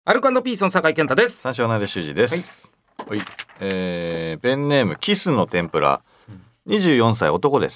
アルコ&ピースの酒井健太です。 三四郎の修二です。はい、ペンネームキスの天ぷら、24歳男です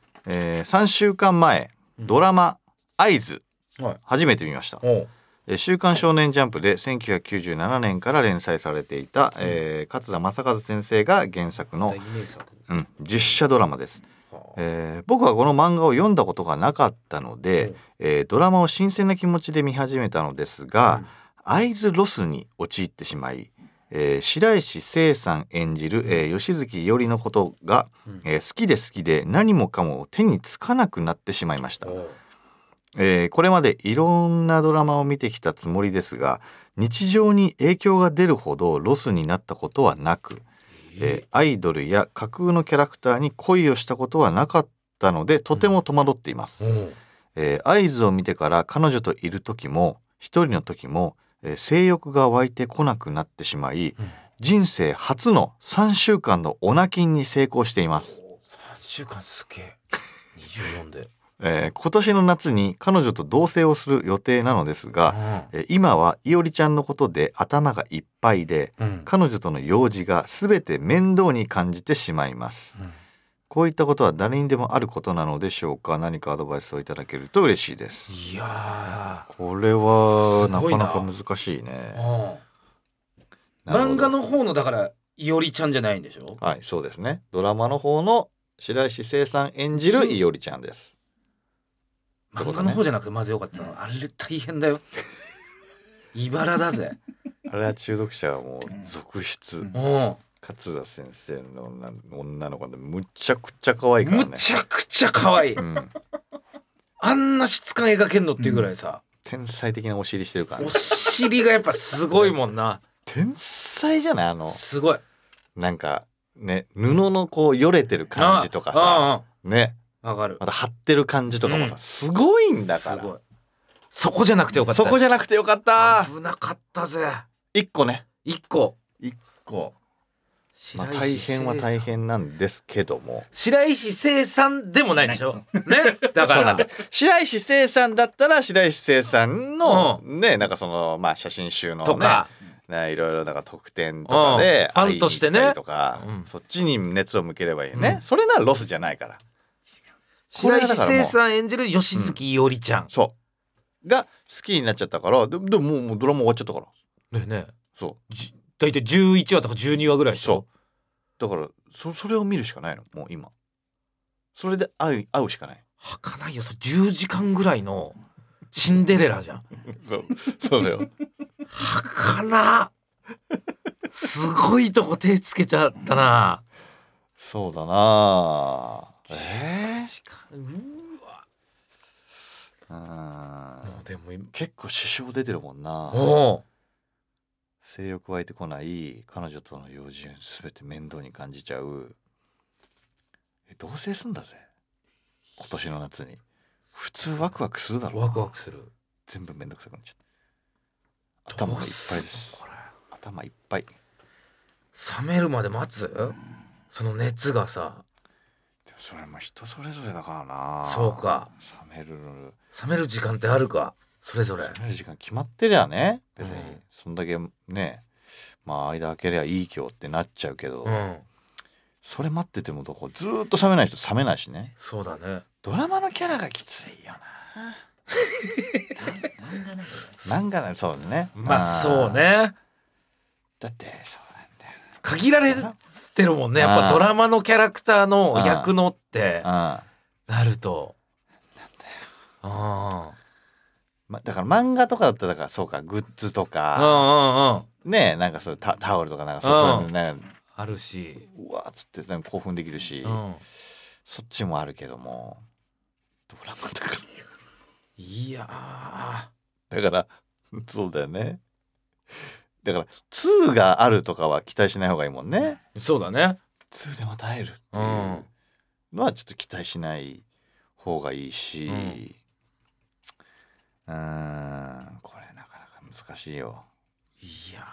。3週間前、ドラマアイズ、初めて見ました。週刊少年ジャンプで1997年から連載されていた、桂正和先生が原作の、実写ドラマです。僕はこの漫画を読んだことがなかったので、ドラマを新鮮な気持ちで見始めたのですが、会津ロスに陥ってしまい、白石聖さん演じる、吉月伊織のことが、好きで何もかも手につかなくなってしまいました。これまでいろんなドラマを見てきたつもりですが、日常に影響が出るほどロスになったことはなく、アイドルや架空のキャラクターに恋をしたことはなかったので、とても戸惑っています。会津を見てから彼女といる時も一人の時も、性欲が湧いてこなくなってしまい、人生初の3週間のオナキンに成功しています。 3週間すげえ。24で今年の夏に彼女と同棲をする予定なのですが、今は伊織ちゃんのことで頭がいっぱいで、彼女との用事が全て面倒に感じてしまいます。こういったことは誰にでもあることなのでしょうか。何かアドバイスをいただけると嬉しいです。 いやこれはなかなか難しいね。 漫画の方のだから伊織ちゃんじゃないんでしょ。 はい、そうですね。ドラマの方の白石聖さん演じる伊織ちゃんです。 漫画の方じゃなくてまずよかったの、あれ大変だよ。茨だぜ。 あれは中毒者はもう続出。桂先生の女の子でむちゃくちゃ可愛いからね。 むちゃくちゃ可愛い、あんな質感描けんのっていうぐらいさ、 天才的なお尻してるから、ね、 お尻がやっぱすごいもんな。 天才じゃない。 すごいなんかね、布のこうよれてる感じとかさ、ね、 わかる。 また張ってる感じとかもさ、すごいんだから。 そこじゃなくてよかった。 そこじゃなくてよかった。 危なかったぜ。 一個ね、 一個まあ、大変は大変なんですけども、 白石聖さんでもないでしょね。だから白石聖さんだったら白石聖さんの、ね、なんかそのまあ写真集のねとか、いろいろなんか特典とかでファンとしてねとか、そっちに熱を向ければいいね、それならロスじゃないから。 白石聖さん演じる吉月伊織ちゃん、 そうが好きになっちゃったから。でももうドラマ終わっちゃったからね。 そうだいたい11話とか12話ぐらいでしょ。 だからそれを見るしかないの。もう今それで会うしかない。 はかないよ。10時間ぐらいのシンデレラじゃん。 そうだよ。 はかな。すごいとこ手つけちゃったな。 そうだな。でも結構支障出てるもんな。性欲湧いてこない、彼女との用事すべて面倒に感じちゃう。同棲すんだぜ今年の夏に。普通ワクワクするだろ。 ワクワクする。 全部面倒くさくなっちゃった。頭がいっぱいです。頭いっぱい。冷めるまで待つ、その熱がさ。 でもそれも人それぞれだからな。 そうか。冷める時間ってあるか。それぞれ冷める時間決まってりゃね、別にそんだけね、まあ間開けりゃいい今日ってなっちゃうけど、それ待っててもどこずっと冷めない人冷めないしね。 そうだね。 ドラマのキャラがきついよな。漫画ね、そうね。 まあそうね。 だってそうなんだよ。 限られてるもんね。やっぱドラマのキャラクターの役のってなると。なんだよ。 だから漫画とかだったら、だからそうか、グッズとかね、なんかそういうタオルとかなんかそういうねあるし、 うわっつって興奮できるし、そっちもあるけども、ドラマとかいやだからそうだよね。だから2があるとかは期待しない方がいいもんね。 そうだね。 2でまた会えるっていうのはちょっと期待しない方がいいし、これなかなか難しいよ。 いや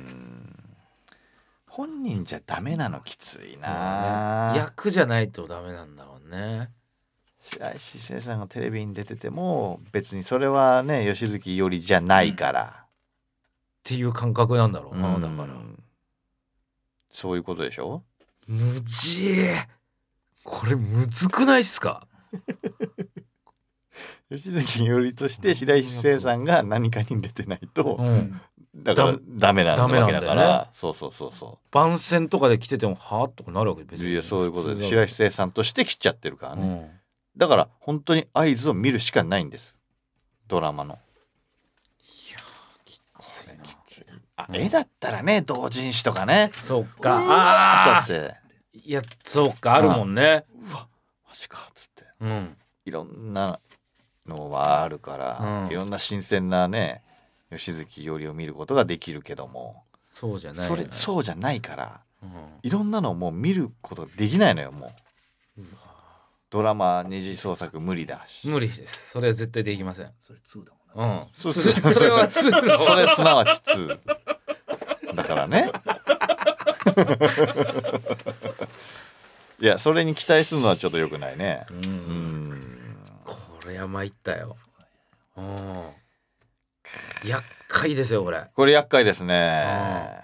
本人じゃダメなのきついな、 役じゃないとダメなんだもんね。 白石聖さんがテレビに出てても別にそれはね吉月伊織じゃないから、 っていう感覚なんだろうな。だからそういうことでしょ。 むじー、これむずくないっすか。 吉崎伊織として白石聖さんが何かに出てないと、だからダメなわけだから、ね、そう番宣とかで来ててもはぁとかなるわけ別に。 いやそういうことで白石聖さんとして来ちゃってるからね、だから本当に合図を見るしかないんです、ドラマの。いやきつい。絵だったらね、同人誌とかね。 そうか、 だっていやそうか、あるもんね。 うわマジかっつって、いろんなのはあるから、いろんな新鮮なね吉月伊織を見ることができるけども、 そうじゃない、 そうじゃないから、いろんなのをもう見ることができないのよ。もうドラマ二次創作無理だし。 無理です。それは絶対できません。 それ2だもんな。 それは2 それすなわち2だからね。いやそれに期待するのはちょっと良くないね。 これは参ったよ。厄介ですよこれ。 これ厄介ですね。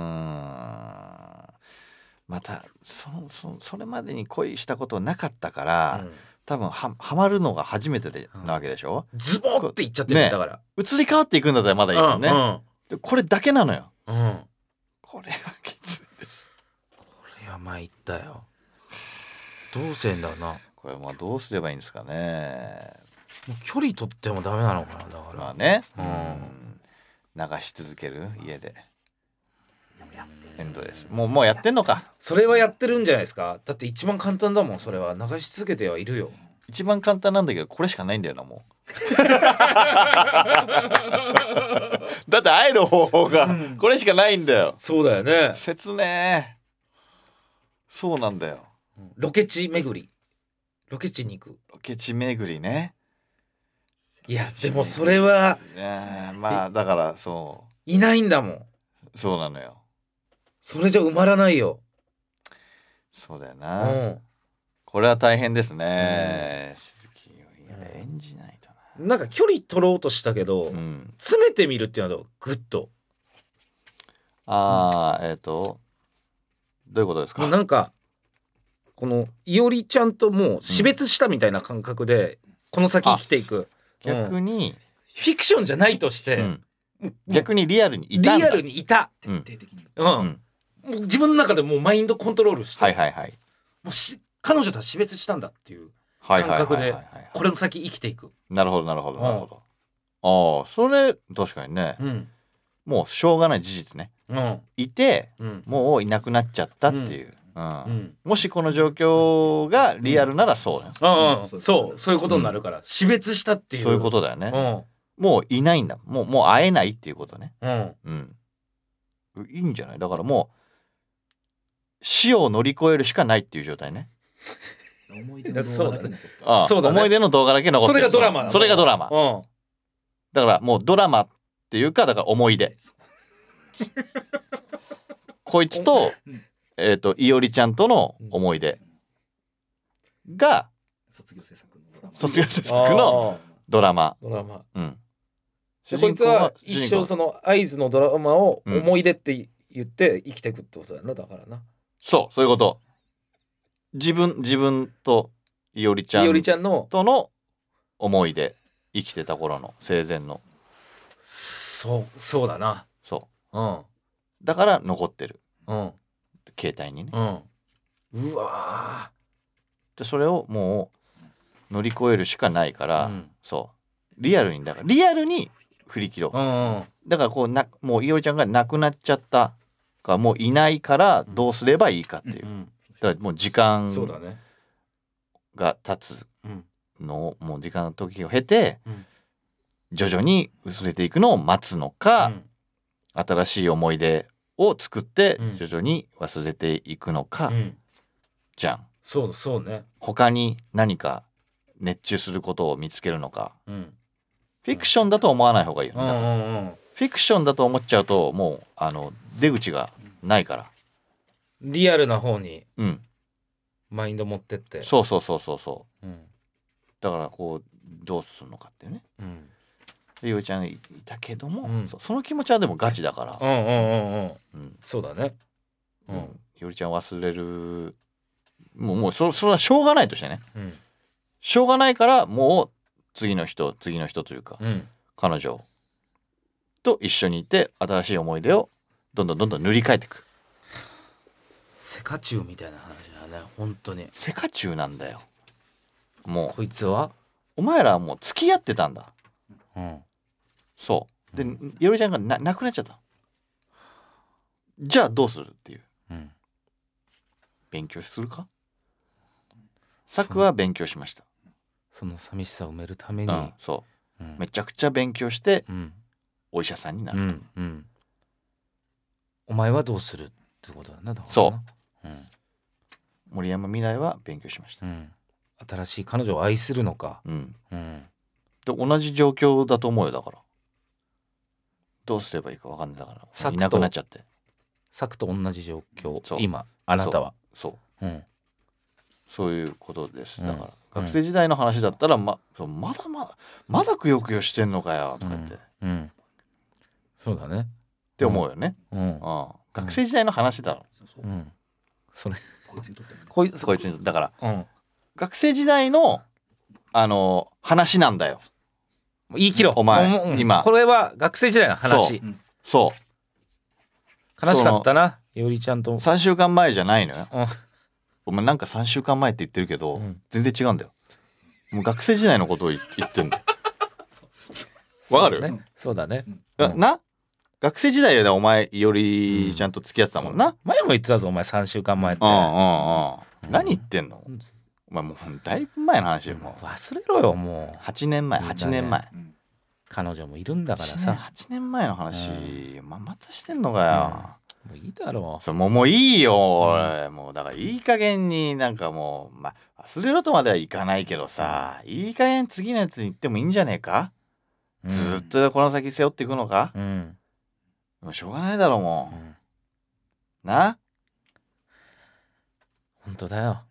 またそれまでに恋したことなかったから、多分はまるのが初めてなわけでしょ。 ズボっていっちゃってる、ね、だから移り変わっていくんだったらまだいいもんね、これだけなのよ、これはきついです。 これは参ったよ。どうせんだなこれ。どうすればいいんですかね。 もう距離取ってもダメなのかな。だからまあね、流し続ける家でエンドレス。もうやってんのか。 それはやってるんじゃないですか。だって一番簡単だもん。それは流し続けてはいるよ。 一番簡単なんだけどこれしかないんだよなもう。だって会える方法がこれしかないんだよ。 そうだよね。 切ね。そうなんだよ。 ロケ地巡り、ロケ地に行く。 ロケ地巡りね。 いやでもそれはまあだからそういないんだもん。 そうなのよ。 それじゃ埋まらないよ。 そうだよな、これは大変ですね。静木より演じないとな。 なんか距離取ろうとしたけど、詰めてみるっていうのはグッと。 どういうことですか。 なんかこのいおりちゃんともう死別したみたいな感覚でこの先生きていく。 逆にフィクションじゃないとして、 逆にリアルにいたんだ。 リアルにいた。 徹底的に。 もう自分の中でもうマインドコントロールして、もう彼女とは死別したんだっていう感覚でこれの先生きていく。 なるほど。それ確かにね、もうしょうがない事実ね、いて、もういなくなっちゃったっていう、もしこの状況がリアルならそうだよ、 そういうことになるから、死別したっていう、 そういうことだよね、もういないんだ、もう会えないっていうことね、いいんじゃない。だからもう死を乗り越えるしかないっていう状態ね。 思い出の動画だけ残ってる。 思い出の動画だけ残ってる。 それがドラマ。 それがドラマ。だからもうドラマっていうか、だから思い出。こいつといおりちゃんとの思い出が卒業制作のドラマ。 こいつは一生その合図のドラマを思い出って言って生きていくってことだな。だからな。そういうこと。自分といおりちゃんとの思い出、生きてた頃の生前の。 そうだな。だから残ってる。携帯にね。 うわでそれをもう乗り越えるしかないから、リアルに振り切ろう。だからもういおりちゃんが亡くなっちゃったか、もういないからどうすればいいかっていう。だからもう時間が経つのを、もう時間の時を経て、徐々に薄れていくのを待つのか、新しい思い出を作って徐々に忘れていくのか、じゃん。 そうね。 他に何か熱中することを見つけるのか、フィクションだと思わない方がいいよね。フィクションだと思っちゃうともう出口がないから、 リアルな方にマインド持ってって、 そう、だからどうするのかっていうね、 でよりちゃんいたけども、その気持ちはでもガチだから、 そうだね、 よりちゃん忘れる、もうそれはしょうがないとしてね、しょうがないからもう次の人というか、彼女と一緒にいて新しい思い出をどんどん塗り替えていく。 セカチュウみたいな話だね、本当に。 セカチュウなんだよ。もうこいつはお前らはもう付き合ってたんだ。そうで、よりちゃんがなくなっちゃった。じゃあどうするっていう、勉強するか。サクは勉強しました。 その寂しさを埋めるために、 めちゃくちゃ勉強して、お医者さんになると、 お前はどうするってことだな。 そう、森山未来は勉強しました。 新しい彼女を愛するのか、 で同じ状況だと思うよ。だからどうすればいいか分かんない。だからいなくなっちゃって、 サクと同じ状況、今あなたはそういうことです。だから、学生時代の話だったらまだくよくよしてんのかよとか言って、 そうだねって思うよね。学生時代の話だろ。 それこいつにだから、学生時代の話なんだよ。 言い切ろう。 お前今これは学生時代の話。 そう悲しかったな、よりちゃんと。 3週間前じゃないのよ。お前なんか3週間前って言ってるけど、全然違うんだよ。もう学生時代のことを言ってんだよ。わかる？ そうだね。 な、学生時代でお前よりちゃんと付き合ってたもんな。 前も言ってたぞお前3週間前って。 何言ってんのお前。もうだいぶ前の話よ。もう忘れろよ。もう 8年前。 彼女もいるんだからさ。 8年前の話、またしてんのかよ。 もういいだろう。 それもういいよ、もうだからいい加減になんかもう、忘れろとまではいかないけどさ、いい加減次のやつに行ってもいいんじゃねえか。ずっとこの先背負っていくのか。もうしょうがないだろうもう、な。 本当だよ。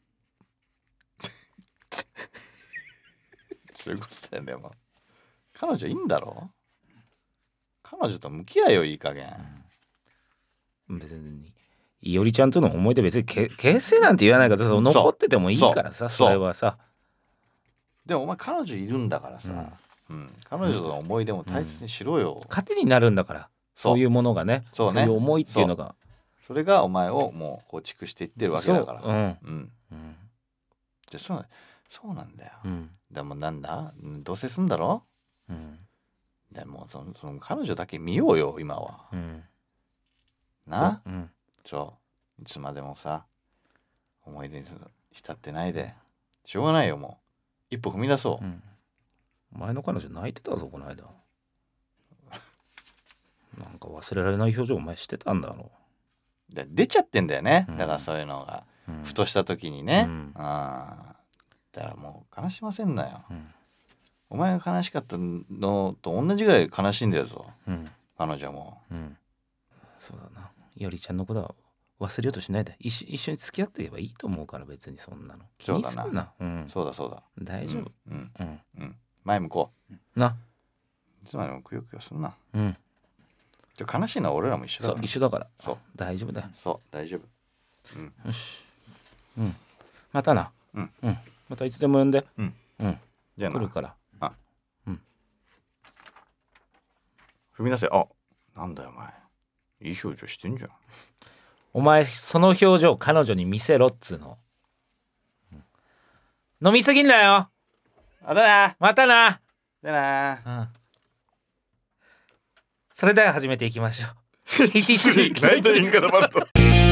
そういうことだよね。もう彼女いいんだろ。彼女と向き合えよ、いい加減。 別にいおりちゃんとの思い出別に形成なんて言わないからさ、残っててもいいからさ、それはさ。 でもお前彼女いるんだからさ、彼女との思い出も大切にしろよ。 糧になるんだから、そういうものがね、そういう思いっていうのが、 それがお前をもう構築していってるわけだから。でそうなんだよ。でもなんだ、同棲すんだろ。でもその彼女だけ見ようよ今は。な、いつまでもさ思い出に浸ってないでしょうがないよ。もう一歩踏み出そう。 前の彼女泣いてたぞこの間。なんか忘れられない表情お前してたんだろう。出ちゃってんだよね。だからそういうのが、ふとした時にね。だからもう悲しませんなよ。お前が悲しかったのと同じぐらい悲しんでるぞ、彼女も。 そうだな。よりちゃんのことは忘れようとしないで、一緒に付き合っていけばいいと思うから、別にそんなの気にすんな。 そうだ大丈夫。 前向こうな。 いつまでもくよくよすんな。悲しいのは俺らも一緒だから。 一緒だから。そう大丈夫だよ。 大丈夫。 よし。またな。またいつでも呼んで。 じゃあ来るから。 踏み出せ。なんだよお前、いい表情してんじゃん。 お前その表情彼女に見せろっつうの。飲みすぎんなよ。 だな。 またな。 だな。 それでは始めていきましょう。 83ライトニングカタパルト。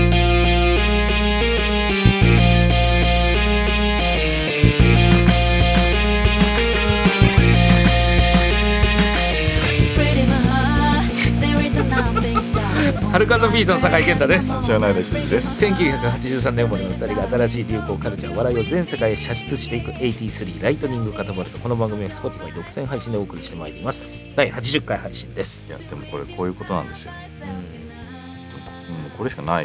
ハルカンドピースの酒井健太です。 知らないです。 1983年生まれの2人が新しい流行カルチャー笑いを全世界へ射出していく83ライトニングカタパルト。この番組は Spotify 独占配信でお送りしてまいります。第80回配信です。 いやでもこういうことなんですよ。これしかない。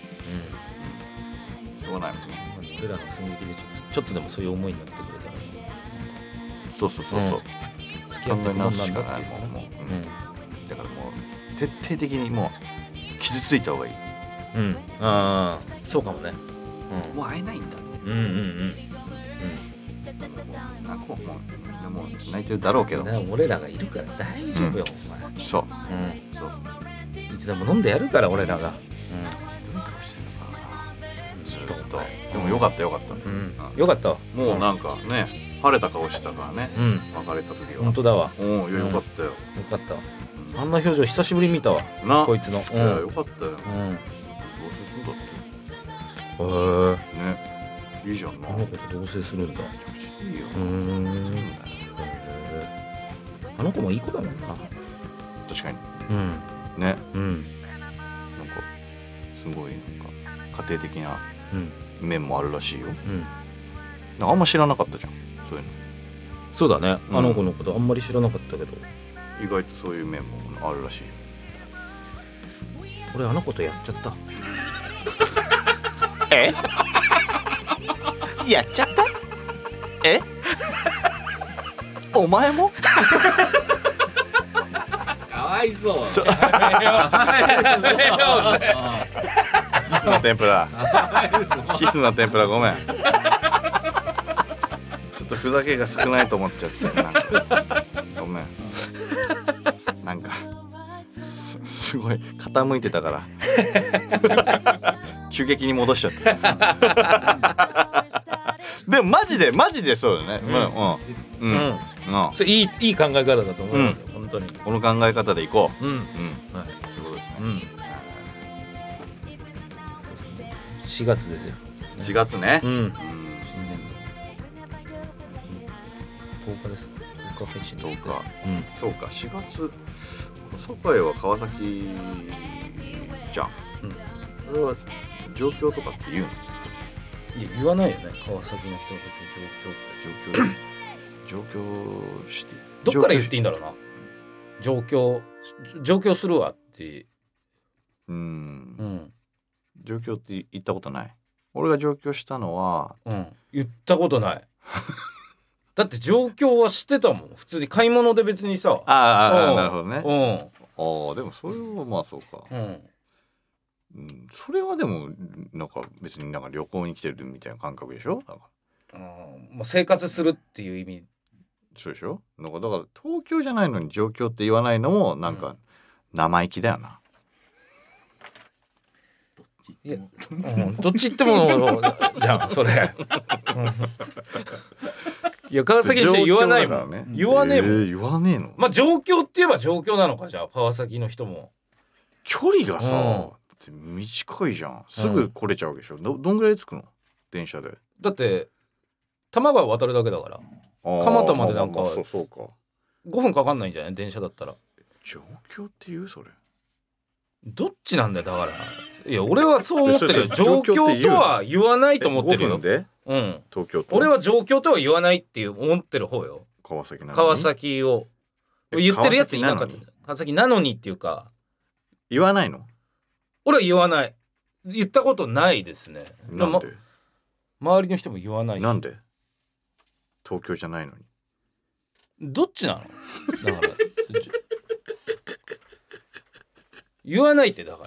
しょうがないもんね。 俺らの寸劇でちょっとでもそういう思いになってくれたら。 そう、 付付き合っていくもんなんだっていうもう、だからもう徹底的にもう傷ついた方がいい。 ああそうかもね。 もう会えないんだ。なんかもうみんなもう泣いてるだろうけど。 俺らがいるから大丈夫よ、お前。 そう。 いつでも飲んでやるから俺らが。 ずっと。でもよかったよかった。 よかった。 もうなんかね晴れた顔してたからね。別れた時は。 本当だわ。 いやよかったよ。 よかった。あんな表情久しぶりに見たわ。こいつの。 いやよかったよ。同棲するんだって。ね。いいじゃんな。 あの子と同棲するんだ。 いいよ。 あの子もいい子だもんな。 確かに。ね。なんかすごいなんか家庭的な面もあるらしいよ。なんかあんま知らなかったじゃん。そういうの。 そうだね。あの子のことあんまり知らなかったけど。 意外とそういう面もあるらしいよ。 俺あの子とやっちゃった。 やっちゃった？お前も？ かわいそう。 キスの天ぷら。キスの天ぷらごめん。ちょっとふざけが少ないと思っちゃってた。なんかごめん。なんかすごい傾いてたから急激に戻しちゃった。でもマジでそうだね。 それいい考え方だと思いますよ、本当に。 この考え方でいこう。そういうことですね。 4月ですよ。 4月ね。 新年度10日です。10日配信です。 10日。そうか、4月堺は川崎じゃん。それは状況とかって言うの？ いや言わないよね。川崎の人は別に状況してどっから言っていいんだろうな。上京するわって。 上京って言ったことない。俺が上京したのは、 言ったことない。だって上京はしてたもん。普通に買い物で別にさ。 なるほどね。でもそれはまあそうか。それはでもなんか別になんか旅行に来てるみたいな感覚でしょ。 もう生活するっていう意味。 そうでしょ。だから東京じゃないのに上京って言わないのもなんか生意気だよな。 いや、どっち言ってもじゃんそれ。いや川崎の人言わないもんね。言わねえもん。 言わねえの。 まあ上京って言えば上京なのか。じゃあ川崎の人も距離がさ、短いじゃん。すぐ来れちゃうわけでしょ。どんぐらい着くの？電車で。 だって多摩川渡るだけだから。蒲田までなんかそうか。 5分かかんないんじゃない？電車だったら。 上京って言うそれ。 どっちなんだよだから。いや俺はそう思ってるよ。上京とは言わないと思ってるよ。 5分で？東京と。 俺は上京とは言わないっていう思ってる方よ。 川崎なのに。 川崎を言ってるやついなかった。川崎なのにっていうか。 言わないの？俺は言わない。言ったことないですね。 なんで？ 周りの人も言わないし。 なんで？東京じゃないのに。 どっちなの？だから言わないってだから。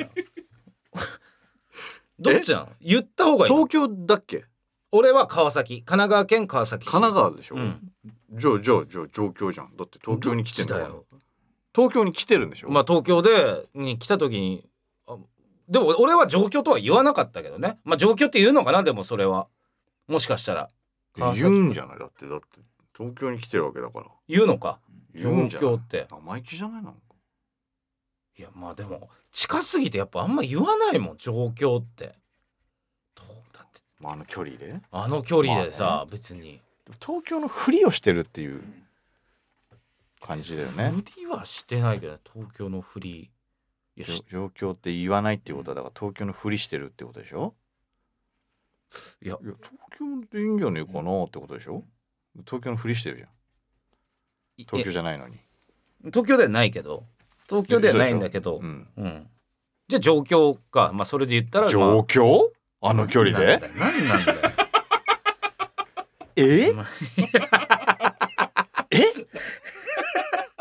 どっちなの？言った方がいい。 東京だっけ？ 俺は川崎、神奈川県川崎市。 神奈川でしょ。じゃあ上京じゃん。だって東京に来てんだよ。東京に来てるんでしょ。 まあ東京に来た時にでも俺は上京とは言わなかったけどね。まあ上京って言うのかな。でもそれはもしかしたら言うんじゃない。だって東京に来てるわけだから。 言うのか。 上京って生意気じゃないの？ いやまあでも近すぎてやっぱあんま言わないもん上京って。どうだって、 あの距離でさ、別に東京のふりをしてるっていう感じだよね。 ふりはしてないけど東京のふり。 上京って言わないっていうことはだから東京のふりしてるってことでしょ。いや東京でいいんじゃねえかなってことでしょ。東京のふりしてるじゃん。東京じゃないのに。 東京ではないけど。東京ではないんだけど。じゃあ上京か。まあそれで言ったら上京？あの距離で？ 何なんだよ。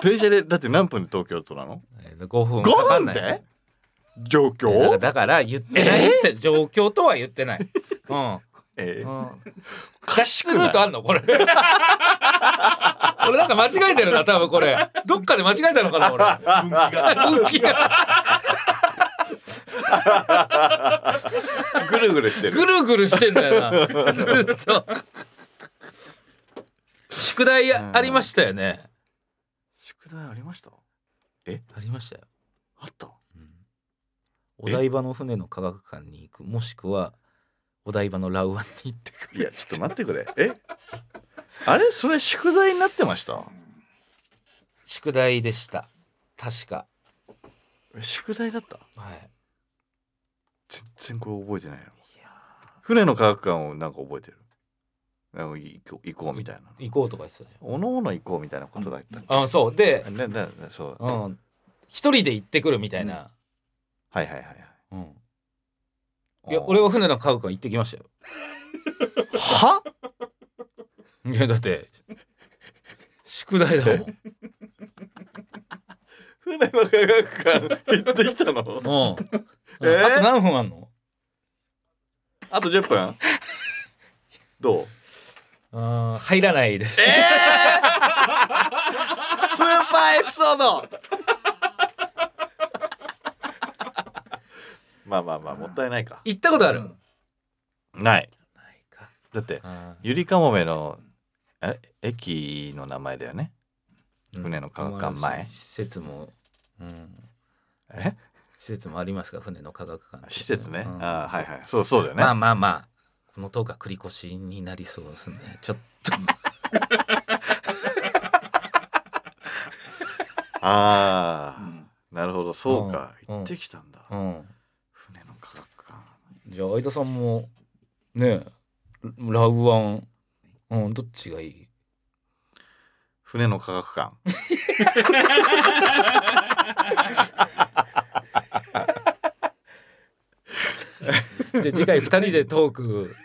電車でだって何分で東京都なの 5分 5 かかんない分で状況だから言ってないって状況とは言ってない脱出ルートあんのこれ俺なんか間違えてるな多分これどっかで間違えたのかな俺分岐がぐるぐるしてるぐるぐるしてんだよなずっと宿題ありましたよね。 宿題ありました？ ありましたよ。 あった、 お台場の船の科学館に行く、もしくはお台場のラウアンに行ってくる。 いやちょっと待ってくれあれそれ宿題になってました？ 宿題でした確か。 宿題だった？ はい。 全然これ覚えてないの。船の科学館をなんか覚えてる？行こうみたいな。 行こうとか言ってたじゃん。 おのおの行こうみたいなことだったっけ？ そうで、 そう。 一人で行ってくるみたいな。 はい。 いや俺は船の科学館行ってきましたよ。はいやだって宿題だもん。 船の科学館行ってきたの？あと何分あんの？ あと10分？どう？ 入らないです。スーパーエピソードまあもったいないか。 行ったことある？ ないか。 だってゆりかもめの駅の名前だよね。船の科学館前。 施設も、施設もありますか船の科学館。 施設ね。はいそうだよね。 まあこの10日繰り越しになりそうですね。ちょっとなるほどそうか、行ってきたんだ、船の科学館。 じゃあ相田さんもねラウアン、どっちがいい？ 船の科学館じゃあ次回2人でトーク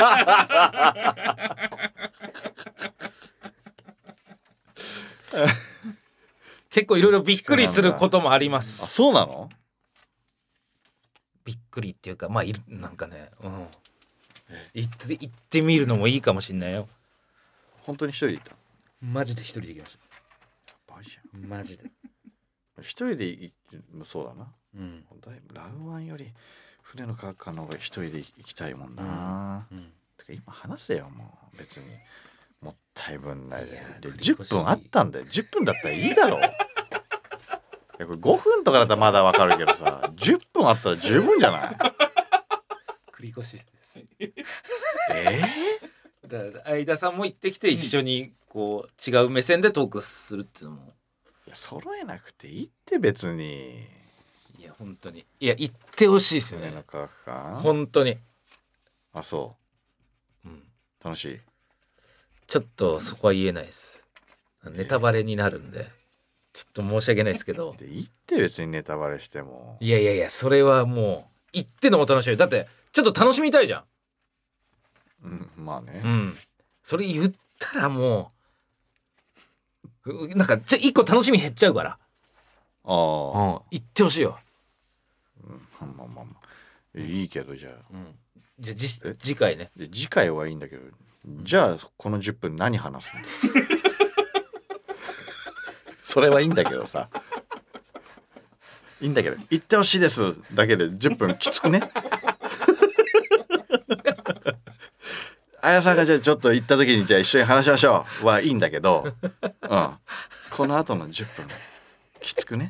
結構いろいろびっくりすることもあります。 あ、そうなの？ びっくりっていうかなんかね、行ってみるのもいいかもしんないよ。 本当に一人で行った？ マジで一人で行きました。 やばいじゃん。 マジで一人で行く。そうだな、ラウアンより船の科学館の方が一人で行きたいもんな、てか今話せよ、もう別にもったいぶんないで10分あったんだよ。10分だったらいいだろう。いやこれ5分とかだったらまだわかるけどさ10分あったら十分じゃない？ 繰り越しです。だから相田さんも行ってきて一緒にこう違う目線でトークするっていうのも、 いや揃えなくていいって別に。 いや本当に行ってほしいですよね。 船の科学館本当に。 あ、そう、楽しい。 ちょっとそこは言えないです。ネタバレになるんでちょっと申し訳ないですけど。 でいいって別にネタバレしても。 いやそれはもう行ってのお楽しみ。だってちょっと楽しみたいじゃん。 まあね。 それ言ったらもうなんか一個楽しみ減っちゃうから。行ってほしいよ。 まあいいけど、じゃあ、 じゃあ次回ね。 次回はいいんだけど、じゃあこの10分何話すの？それはいいんだけどさ、いいんだけど言ってほしいですだけで10分きつくね？あやさんがじゃあちょっと行った時にじゃあ一緒に話しましょうはいいんだけど、この後の10分きつくね？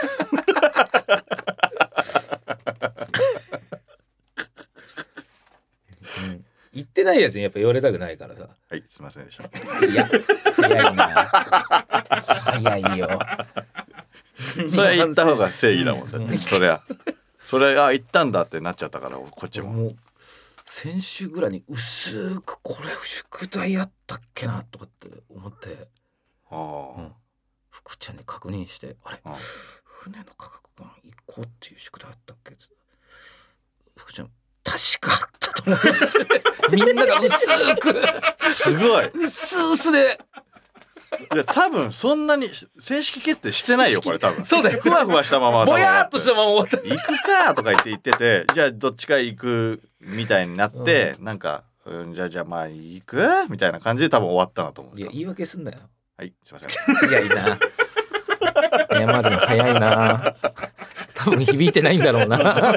言ってないやつにやっぱ言われたくないからさ。 はい、すいませんでした。 いや早いな。早いよ。 それは言った方が正義だもんだって。それ言ったんだってなっちゃったからこっちも。 もう先週ぐらいに薄くこれ宿題あったっけなとかって思って、福ちゃんに確認してあれ、船の科学館行こうっていう宿題あったっけ？福ちゃん確かあったと思いますみんなが薄くすごい薄々でいや多分そんなに正式決定してないよこれ多分。 そうだよ。 ふわふわしたままぼやーっとしたまま終わった。 行くかとか言っててじゃあどっちか行くみたいになって、なんか、じゃあまあ行くみたいな感じで多分終わったなと思う。 いや言い訳すんなよ。 はいすいません。 いやいいな。謝るの早いな。多分響いてないんだろうな。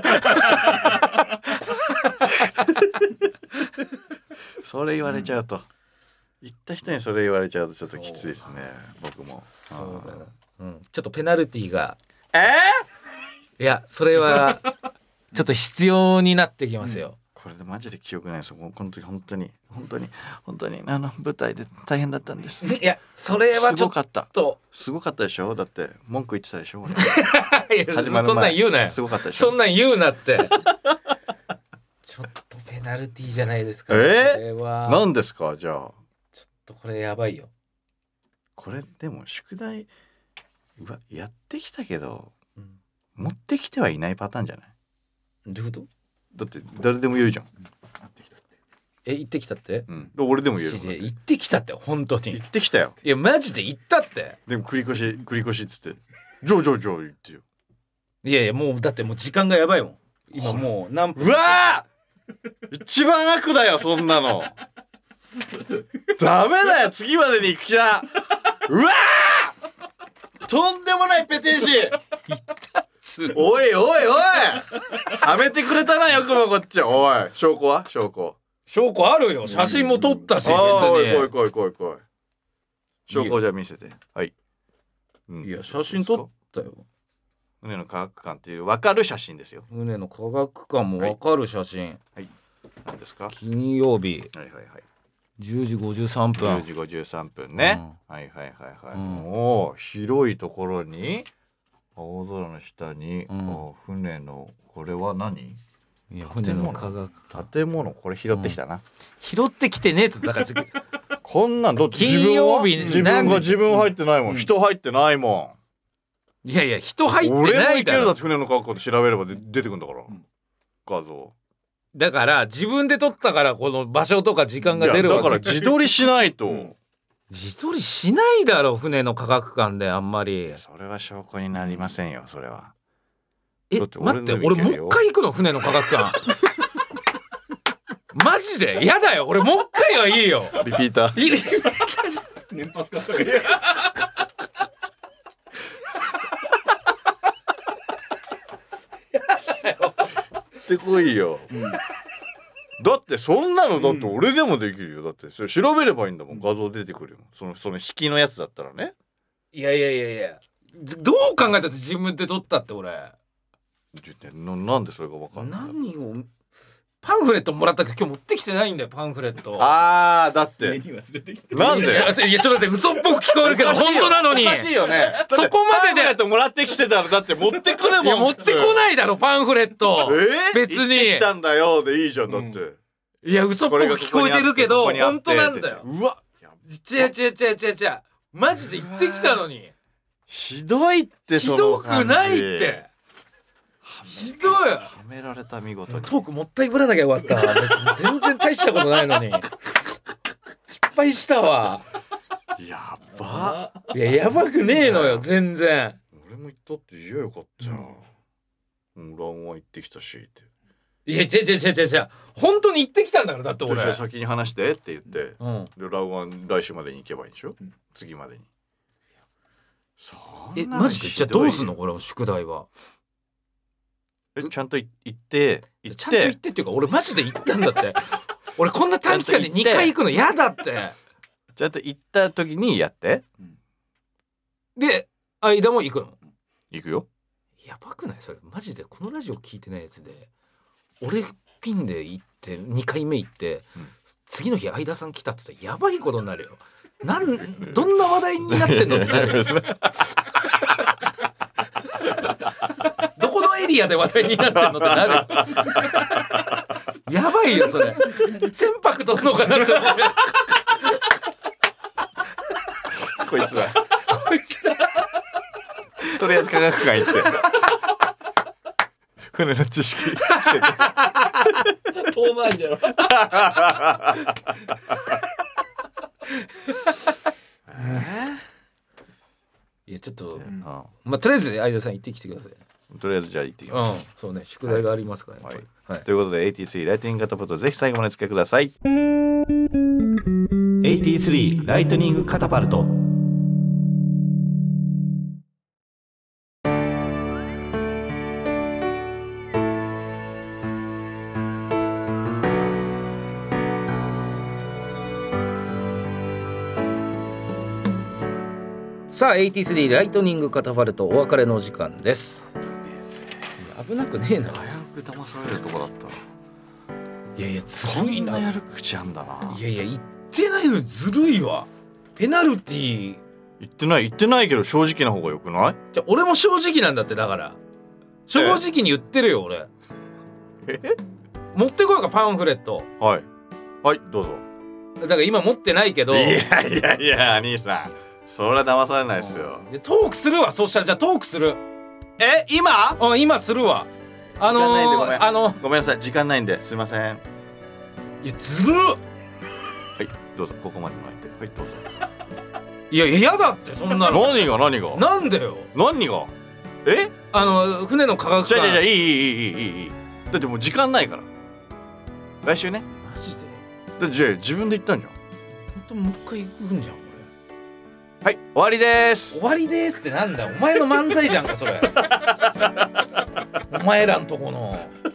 それ言われちゃうと、行った人にそれ言われちゃうとちょっときついですね僕も。 そうだよ、ちょっとペナルティーがいやそれはちょっと必要になってきますよ、 これでマジで記憶ないですよ。本当に舞台で大変だったんです。 いやそれはちょっとすごかったでしょ。だって文句言ってたでしょ。 いやそんなん言うなよ。 すごかったでしょ。 そんなん言うなってちょっとペナルティーじゃないですか。これは何ですかじゃあ。 ちょっとこれやばいよ。 これでも宿題やってきたけど、持ってきてはいないパターンじゃない？ どういうこと？ だって誰でも言えるじゃん。 行ってきたって？ 俺でも言える。 行ってきたって本当に。 行ってきたよ。 いやマジで行ったって。 でも繰り越しっつって。じゃあ言ってよ。 いやもうだってもう時間がやばいもん。今もう何分。 うわー一番悪だよそんなの。ダメだよ次までに行く気だ。うわーとんでもないペテン師。おいはめてくれたなよくもこっち。おい証拠は証拠あるよ。写真も撮ったし別に。 来い証拠じゃ見せて。はい、 いや写真撮ったよ。 胸の科学館っていう分かる写真ですよ。 胸の科学館も分かる写真。 はい、何ですか？ 金曜日。 はい 10時53分。 10時53分ね。はい。もう広いところに青空の下に、船のこれは何？ いや船の科学建物これ拾ってきたな。 拾ってきてねえっつったからこんなんだって金曜日自分入ってないもん。人入ってないもん。いや人入ってないだろ。 俺も行けるだって船の科学館で調べれば出てくるんだから、画像。 だから自分で撮ったからこの場所とか時間が出るわけ。 だから自撮りしないと。 自撮りしないだろ船の科学館であんまり。 それは証拠になりませんよそれは。 待って俺もう一回行くの船の科学館。マジでやだよ俺もう一回はいいよ。 リピーター年パス買ったから。 ってこいよ、だってそんなのだって俺でもできるよ。だってそれ調べればいいんだもん。画像出てくるよ。その引きのやつだったらね。 いやどう考えたって自分で撮ったって俺。 なんでそれが分かんない？ 何をパンフレットもらったけど今日持ってきてないんだよパンフレット。 だってなんで？ いやちょっと待って嘘っぽく聞こえるけど本当なのに。 おかしいよね。 そこまででパンフレットもらってきてたらだって持ってくるもん。 いや持ってこないだろパンフレット。別に行ってきたんだよでいいじゃんだって。 いや嘘っぽく聞こえてるけど本当なんだよ。 うわ違うマジで行ってきたのに。 ひどいってひどくないって。ひどい。はめられた見事に。 トークもったいぶらなきゃよかった。別に全然大したことないのに。失敗したわ。 やば。 いややばくねえのよ全然。 俺も行ったって言えよかったじゃん。ランワン行ってきたしって。 いや違う本当に行ってきたんだからだって俺。 じゃあ先に話してって言って、でランワン来週までに行けばいいんでしょ。次までに。 マジでじゃあどうすんのこれ宿題は。 ちゃんと行ってちゃんと行ってっていうか俺マジで行ったんだって。俺こんな短期間で2回行くの嫌だって。 ちゃんと行った時にやって。 で間も行くの？ 行くよ。 やばくないそれ？マジでこのラジオ聞いてないやつで俺ピンで行って2回目行って、次の日相田さん来たって言ったらやばいことになるよ。どんな話題になってんのってなる。どこのエリアで話題になってんのってなる。やばいよそれ。船舶取るのかなって思う。 こいつらとりあえず科学館行って船の知識つけて遠回りだろ。 ちょっと、まあとりあえず相田さん行ってきてください。 とりあえずじゃあ行ってきます。 そうね、宿題がありますからね。 ということで AT3 ライトニングカタパルトぜひ最後までお付き合いください。AT3 ライトニングカタパルト。 さあ AT3 ライトニングカタパルトお別れのお時間です。危なくねえな。 危うく騙されるとこだった。 いやいやずるいな。 そんなやる口あんだな。 いやいや言ってないのにずるいわ。ペナルティー言ってないけど正直な方がよくない？ じゃ俺も正直なんだって。だから正直に言ってるよ俺。持ってこようかパンフレット。 はいどうぞ。 だから今持ってないけど。 いや兄さんそれは騙されないですよ。 トークするわ。そうしたらじゃあトークする。 今？ 今するわ。 ごめんなさい時間ないんですいません。 いやずるっ。 はいどうぞここまでもらってはいどうぞ。 いや嫌だってそんなの。 何がなんでよ。 何が船の科学館。 じゃいいだってもう時間ないから来週ね。 マジでだってじゃあ自分で言ったんじゃん。 本当もう一回行くんじゃん。 はい終わりです終わりですってなんだお前の漫才じゃんかそれお前らんとこの